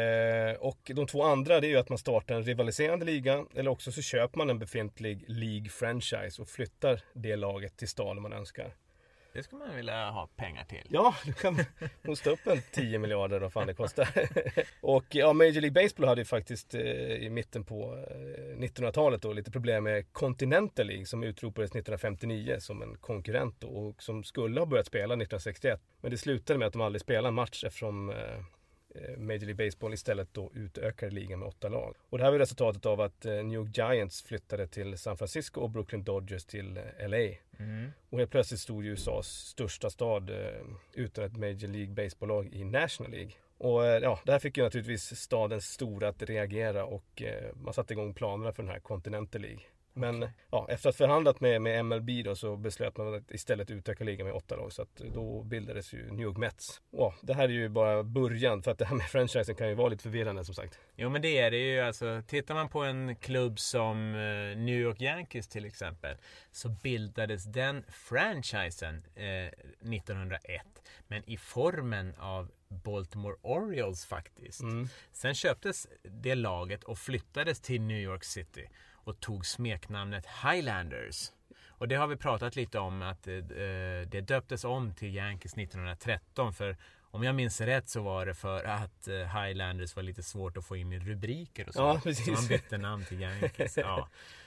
Och de 2 andra det är ju att man startar en rivaliserande liga eller också så köper man en befintlig League franchise och flyttar det laget till staden man önskar. Det skulle man vilja ha pengar till. Ja, du kan hosta upp en 10 miljarder vad fan det kostar. Och ja, Major League Baseball hade ju faktiskt i mitten på 1900-talet då lite problem med Continental League som utropades 1959 som en konkurrent då, och som skulle ha börjat spela 1961. Men det slutade med att de aldrig spelade en match eftersom Major League Baseball istället då utökade ligan med 8 lag. Och det här var resultatet av att New York Giants flyttade till San Francisco och Brooklyn Dodgers till LA. Och helt plötsligt stod USAs största stad utan ett Major League Baseball-lag i National League. Och ja, det här fick ju naturligtvis stadens stora att reagera och man satte igång planerna för den här Continental League. Men ja, efter att förhandlat med MLB då, så beslöt man att istället utöka ligan med 8 lag. Så att då bildades ju New York Mets. Och det här är ju bara början, för att det här med franchisen kan ju vara lite förvirrande som sagt. Jo, men det är det ju. Alltså, tittar man på en klubb som New York Yankees till exempel, så bildades den franchisen 1901. Men i formen av Baltimore Orioles faktiskt. Sen köptes det laget och flyttades till New York City och tog smeknamnet Highlanders. Och det har vi pratat lite om, att det döptes om till Yankees 1913. För om jag minns rätt så var det för att Highlanders var lite svårt att få in i rubriker och så. Ja, precis. Så man bytte namn till Yankees. Ja.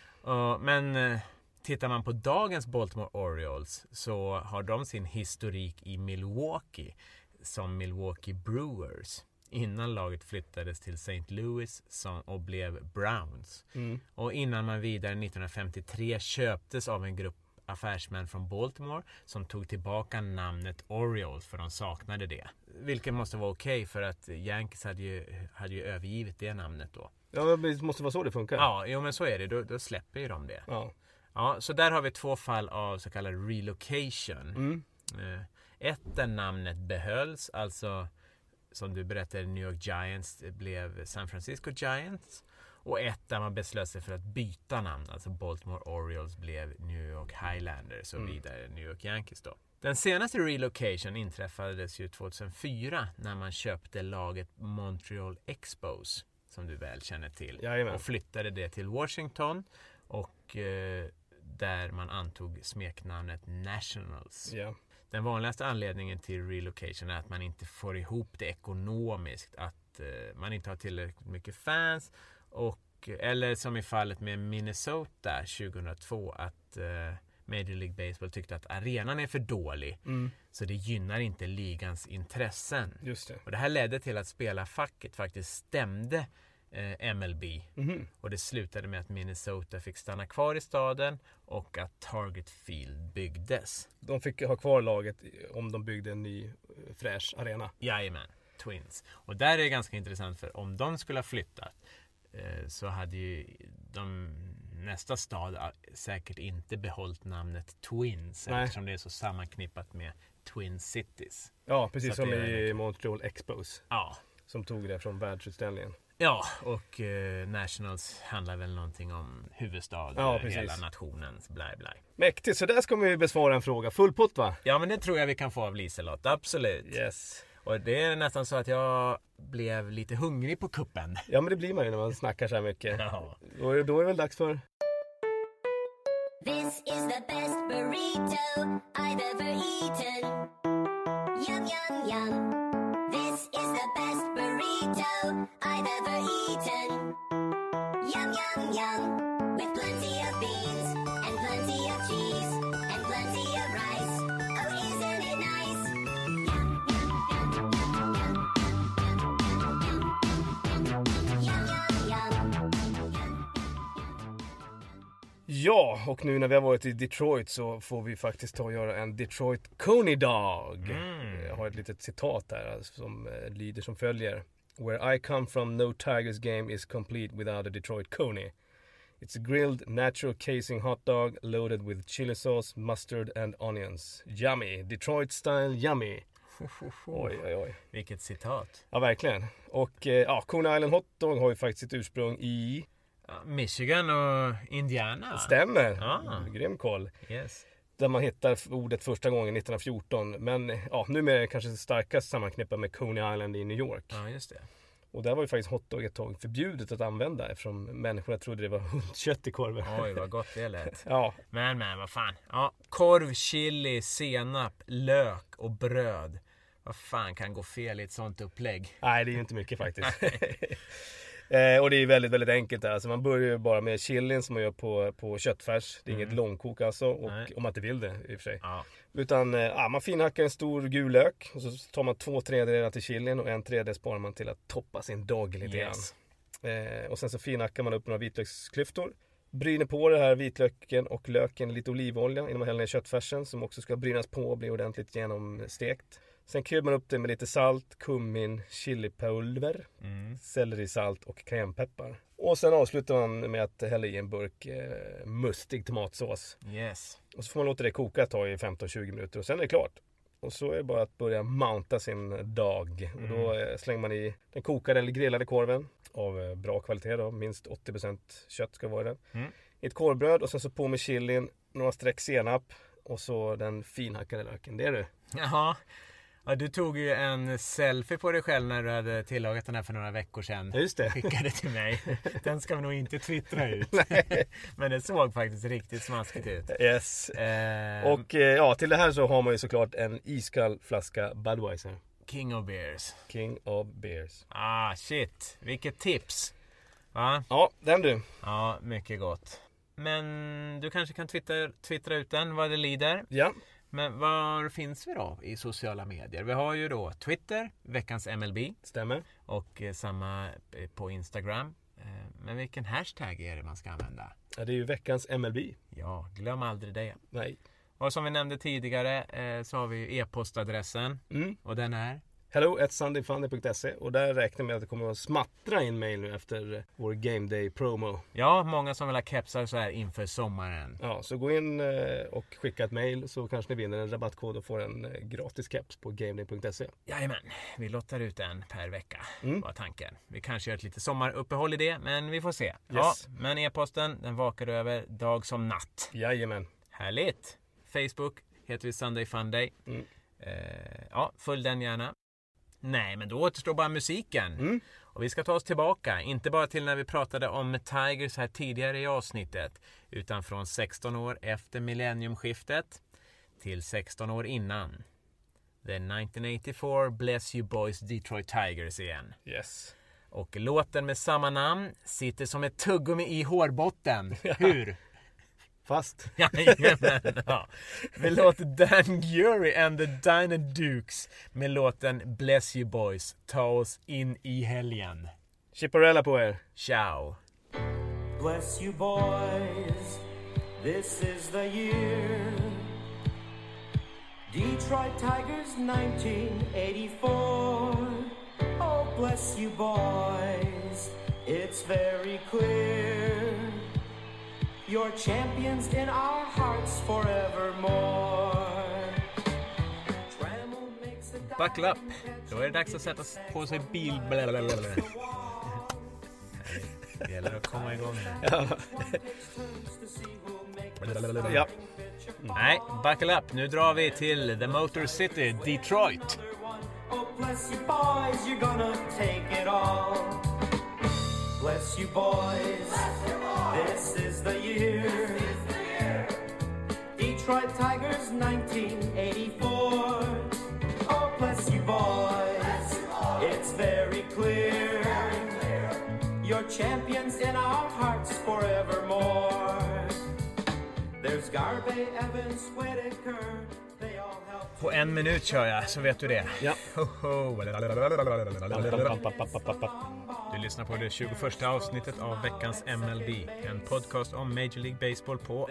Men tittar man på dagens Baltimore Orioles så har de sin historik i Milwaukee som Milwaukee Brewers. Innan laget flyttades till St. Louis och blev Browns. Och innan man vidare 1953 köptes av en grupp affärsmän från Baltimore som tog tillbaka namnet Orioles för de saknade det. Vilket måste vara okej, för att Yankees hade ju övergivit det namnet då. Ja, det måste vara så det funkar. Ja, jo, men så är det. Då släpper ju de det. Ja, så där har vi 2 fall av så kallad relocation. Ett där namnet behölls, alltså som du berättade, New York Giants blev San Francisco Giants. Och ett där man beslöt sig för att byta namn, alltså Baltimore Orioles blev New York Highlanders och vidare New York Yankees då. Den senaste relocation inträffades ju 2004 när man köpte laget Montreal Expos, som du väl känner till. Jajamän. Och flyttade det till Washington och där man antog smeknamnet Nationals. Ja. Den vanligaste anledningen till relocation är att man inte får ihop det ekonomiskt, att man inte har tillräckligt mycket fans, eller som i fallet med Minnesota 2002, att Major League Baseball tyckte att arenan är för dålig, så det gynnar inte ligans intressen. Just det. Och det här ledde till att spelarfacket faktiskt stämde MLB. Och det slutade med att Minnesota fick stanna kvar i staden och att Target Field byggdes. De fick ha kvar laget om de byggde en ny fräsch arena. Jajamän, Twins. Och där är det ganska intressant, för om de skulle ha flyttat så hade ju nästa stad säkert inte behållit namnet Twins. Nej. Eftersom det är så sammanknippat med Twin Cities. Ja, precis som i Montreal Expos. Ja. Som tog det från världsutställningen. Ja, och Nationals handlar väl någonting om huvudstad, hela nationens blaj. Mäktigt, så där ska vi besvara en fråga. Full pott, va? Ja, men det tror jag vi kan få av Liselott, absolut. Yes. Och det är nästan så att jag blev lite hungrig på kuppen. Ja, men det blir man ju när man snackar så här mycket. Ja. Då är det väl dags för... This is the best burrito I've ever eaten. Yum, yum, yum. This is the best burrito I've ever eaten. Yum, yum, yum. With plenty of beans and plenty of cheese and plenty of rice. Oh, isn't it nice? Yum, yum, yum, yum, yum, yum, yum. Ja, och nu när vi har varit i Detroit så får vi faktiskt ta och göra en Detroit Coney Dog. Jag har ett litet citat här som lyder som följer. Where I come from, no Tigers game is complete without a Detroit Coney. It's a grilled natural casing hot dog loaded with chili sauce, mustard and onions. Yummy, Detroit style yummy. Oj. Vilket citat. Ja, verkligen. Och Coney Island hot dog har ju faktiskt sitt ursprung i... Michigan och Indiana. Stämmer. Grym koll. Yes. Där man hittar ordet första gången 1914. Men numera är det kanske starkast sammanknippat med Coney Island i New York. Ja, just det. Och där var ju faktiskt hotdog ett tag förbjudet att använda eftersom människorna trodde det var hundkött i korven. Oj, vad gott det lät. Ja. Men vad fan. Ja, korv, chili, senap, lök och bröd. Vad fan kan gå fel i ett sånt upplägg? Nej, det är ju inte mycket faktiskt. Och det är väldigt, väldigt enkelt där. Alltså man börjar ju bara med chilin som man gör på köttfärs. Det är inget långkok alltså. Och om man inte vill det i och för sig. Ja. Utan man finhackar en stor gul lök. Och så tar man 2/3 till chilin. Och 1/3 sparar man till att toppa sin dog lite grann. Och sen så finhackar man upp några vitlöksklyftor. Bryner på det här vitlöken och löken lite olivolja innan man häller ner köttfärsen. Som också ska brynas på och bli ordentligt genomstekt. Sen kryddar man upp det med lite salt, kummin, chilipulver, sellerisalt och krämpeppar. Och sen avslutar man med att hälla i en burk mustig tomatsås. Yes. Och så får man låta det koka ett tag i 15-20 minuter och sen är det klart. Och så är det bara att börja mounta sin dag. Och då slänger man i den kokade eller grillade korven av bra kvalitet då. Minst 80% kött ska vara det. I ett korvbröd och sen så på med chilin, några streck senap och så den finhackade löken. Det är det. Jaha. Ja, du tog ju en selfie på dig själv när du hade tillagat den här för några veckor sedan. Just det. Skickade till mig. Den ska vi nog inte twittra ut. Men det såg faktiskt riktigt smaskigt ut. Yes. Och ja, till det här så har man ju såklart en iskall flaska Budweiser. King of Beers. King of Beers. Ah, shit. Vilket tips. Va? Ja, den du. Ja, mycket gott. Men du kanske kan twittra ut den vad det lider. Ja. Men var finns vi då i sociala medier? Vi har ju då Twitter, veckans MLB. Stämmer. Och samma på Instagram. Men vilken hashtag är det man ska använda? Ja, det är ju veckans MLB. Ja, glöm aldrig det. Nej. Och som vi nämnde tidigare så har vi ju e-postadressen. Och den är? hello@sundayfunday.se. Och där räknar vi med att det kommer att smattra in mail nu efter vår Game Day promo. Ja, många som vill ha kepsar så här inför sommaren. Ja, så gå in och skicka ett mail så kanske ni vinner en rabattkod och får en gratis keps på gameday.se. Jajamän, vi lottar ut en per vecka var tanken. Vi kanske gör ett lite sommaruppehåll i det, men vi får se. Yes. Ja, men e-posten, den vakar över dag som natt. Jajamän. Härligt. Facebook heter vi Sunday Funday. Ja, följ den gärna. Nej, men då återstår bara musiken. Och vi ska ta oss tillbaka, inte bara till när vi pratade om Tigers här tidigare i avsnittet, utan från 16 år efter millenniumskiftet till 16 år innan. The 1984 Bless You Boys Detroit Tigers igen. Yes. Och låten med samma namn sitter som ett tuggummi i hårbotten. Hur? Fast. Jajamän, ja. Vi låter Dan Gurry and the Diner Dukes med låten Bless You Boys ta oss in i helgen. Chipperella på er. Ciao. Bless you boys, this is the year. Detroit Tigers 1984. Oh, bless you boys, it's very clear. You're champions in our hearts forevermore. Buckle up. Då är det dags att sätta på sig bil. Det gäller att komma igång. Ja. Nej, buckle up. Nu drar vi till The Motor City, Detroit. Oh, bless you boys, you're gonna take it all. Bless you boys, this is the year. Detroit Tigers 1984. Oh, bless you boys, it's very clear. You're champions in our hearts forevermore. There's Garvey, Evans, Whitaker. They all help. På en minut kör jag, så vet du det. Ja. Du lyssnar på det 21 avsnittet av veckans MLB. En podcast om Major League Baseball på...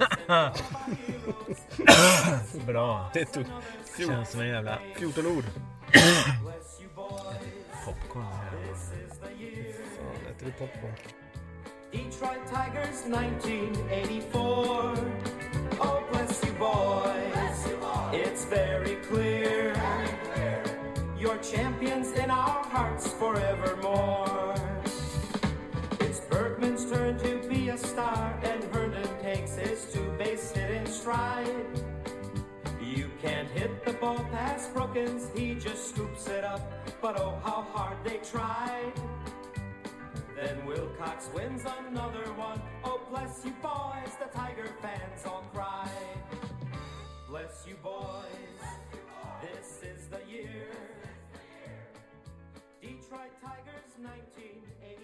Bra. Det tog Känns som en jävla 14 ord. popcorn här. Fan, äter du popcorn? Detroit Tigers 1984. Oh, bless you boys, it's very clear. You're champions in our hearts forevermore. It's Bergman's turn to be a star, and Herndon takes his two-base hit in stride. You can't hit the ball past Brookins, he just scoops it up, but oh how hard they tried. Then Wilcox wins another one. Oh, bless you boys, the Tiger fans all cry. Bless you boys, this is the year. Detroit Tigers 1980.